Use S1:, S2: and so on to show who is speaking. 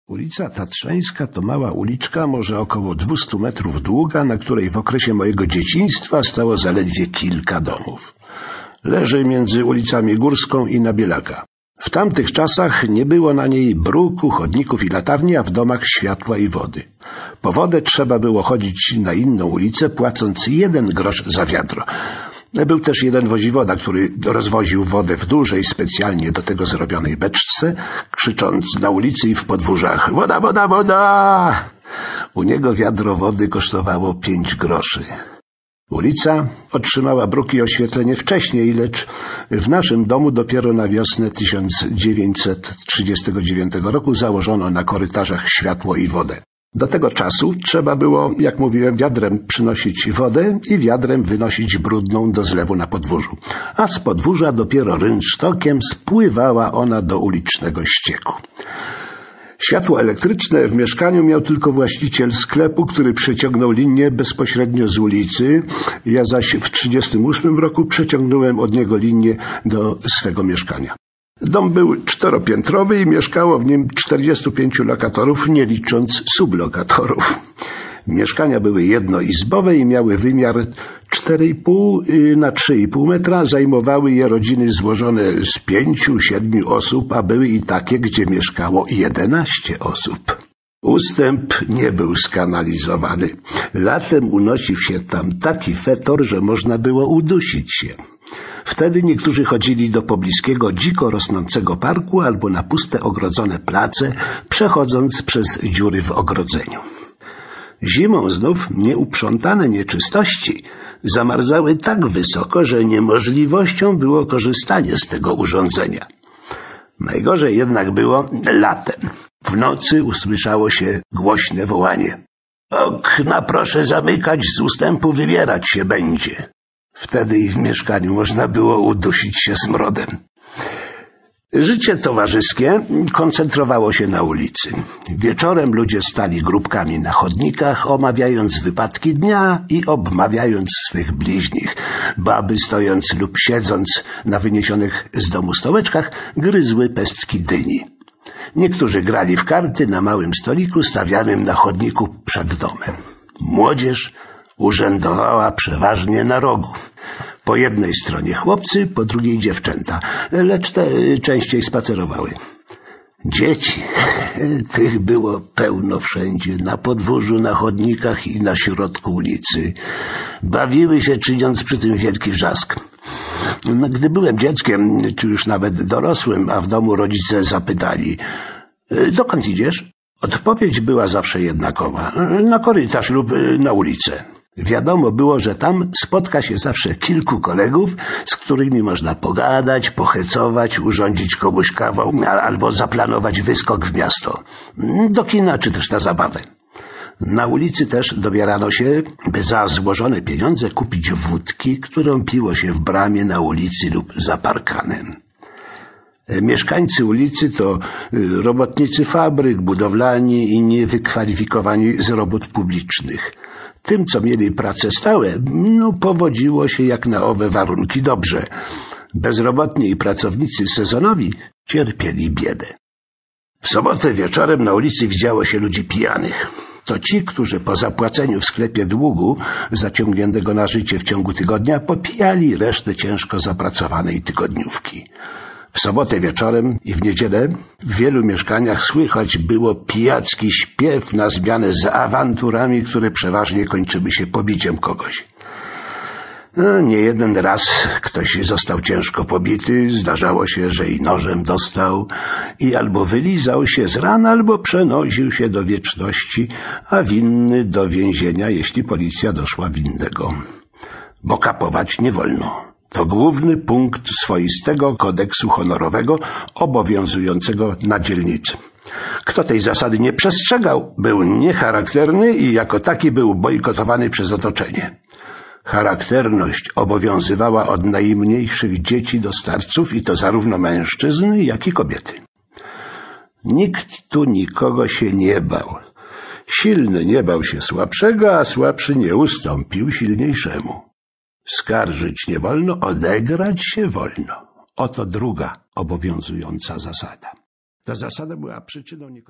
S1: Ulica Tatrzańska to mała uliczka, może około 200 metrów długa, na której w okresie mojego dzieciństwa stało zaledwie kilka domów. Leży między ulicami Górską i Nabielaka. W tamtych czasach nie było na niej bruku, chodników i latarni, a w domach światła i wody. Po wodę trzeba było chodzić na inną ulicę, płacąc 1 grosz za wiadro. Był też jeden woziwoda, który rozwoził wodę w dużej, specjalnie do tego zrobionej beczce, krzycząc na ulicy i w podwórzach: woda, woda, woda! U niego wiadro wody kosztowało 5 groszy. Ulica otrzymała bruk i oświetlenie wcześniej, lecz w naszym domu dopiero na wiosnę 1939 roku założono na korytarzach światło i wodę. Do tego czasu trzeba było, jak mówiłem, wiadrem przynosić wodę i wiadrem wynosić brudną do zlewu na podwórzu, a z podwórza dopiero rynsztokiem spływała ona do ulicznego ścieku. Światło elektryczne w mieszkaniu miał tylko właściciel sklepu, który przeciągnął linię bezpośrednio z ulicy. Ja zaś w 1938 roku przeciągnąłem od niego linię do swego mieszkania. Dom był 4-piętrowy i mieszkało w nim 45 lokatorów, nie licząc sublokatorów. Mieszkania były jednoizbowe i miały wymiar 4,5 na 3,5 metra. Zajmowały je rodziny złożone z 5-7 osób, a były i takie, gdzie mieszkało 11 osób. Ustęp nie był skanalizowany. Latem unosił się tam taki fetor, że można było udusić się. Wtedy niektórzy chodzili do pobliskiego dziko rosnącego parku albo na puste ogrodzone place, przechodząc przez dziury w ogrodzeniu. Zimą znów nieuprzątane nieczystości zamarzały tak wysoko, że niemożliwością było korzystanie z tego urządzenia. Najgorzej jednak było latem. W nocy usłyszało się głośne wołanie: okna proszę zamykać, z ustępu wybierać się będzie. Wtedy i w mieszkaniu można było udusić się smrodem. Życie towarzyskie koncentrowało się na ulicy. Wieczorem ludzie stali grupkami na chodnikach, omawiając wypadki dnia i obmawiając swych bliźnich. Baby, stojąc lub siedząc na wyniesionych z domu stołeczkach, gryzły pestki dyni. Niektórzy grali w karty na małym stoliku stawianym na chodniku przed domem. Młodzież urzędowała przeważnie na rogu. Po jednej stronie chłopcy, po drugiej dziewczęta, lecz te częściej spacerowały. Dzieci, tych było pełno wszędzie, na podwórzu, na chodnikach i na środku ulicy. Bawiły się, czyniąc przy tym wielki wrzask. Gdy byłem dzieckiem, czy już nawet dorosłym, a w domu rodzice zapytali: dokąd idziesz? Odpowiedź była zawsze jednakowa: na korytarz lub na ulicę. Wiadomo było, że tam spotka się zawsze kilku kolegów, z którymi można pogadać, pohecować, urządzić komuś kawał albo zaplanować wyskok w miasto, do kina czy też na zabawę. Na ulicy też dobierano się, by za złożone pieniądze kupić wódki, którą piło się w bramie na ulicy lub za parkanem. Mieszkańcy ulicy to robotnicy fabryk, budowlani i niewykwalifikowani z robót publicznych. Tym, co mieli prace stałe, powodziło się jak na owe warunki dobrze. Bezrobotni i pracownicy sezonowi cierpieli biedę. W sobotę wieczorem na ulicy widziało się ludzi pijanych. To ci, którzy po zapłaceniu w sklepie długu zaciągniętego na życie w ciągu tygodnia popijali resztę ciężko zapracowanej tygodniówki. W sobotę wieczorem i w niedzielę w wielu mieszkaniach słychać było pijacki śpiew na zmianę z awanturami, które przeważnie kończyły się pobiciem kogoś. Nie jeden raz ktoś został ciężko pobity, zdarzało się, że i nożem dostał i albo wylizał się z ran, albo przenosił się do wieczności, a winny do więzienia, jeśli policja doszła winnego. Bo kapować nie wolno. To główny punkt swoistego kodeksu honorowego obowiązującego na dzielnicy. Kto tej zasady nie przestrzegał, był niecharakterny i jako taki był bojkotowany przez otoczenie. Charakterność obowiązywała od najmniejszych dzieci do starców i to zarówno mężczyzn, jak i kobiety. Nikt tu nikogo się nie bał. Silny nie bał się słabszego, a słabszy nie ustąpił silniejszemu. Skarżyć nie wolno, odegrać się wolno. Oto druga obowiązująca zasada. Ta zasada była przyczyną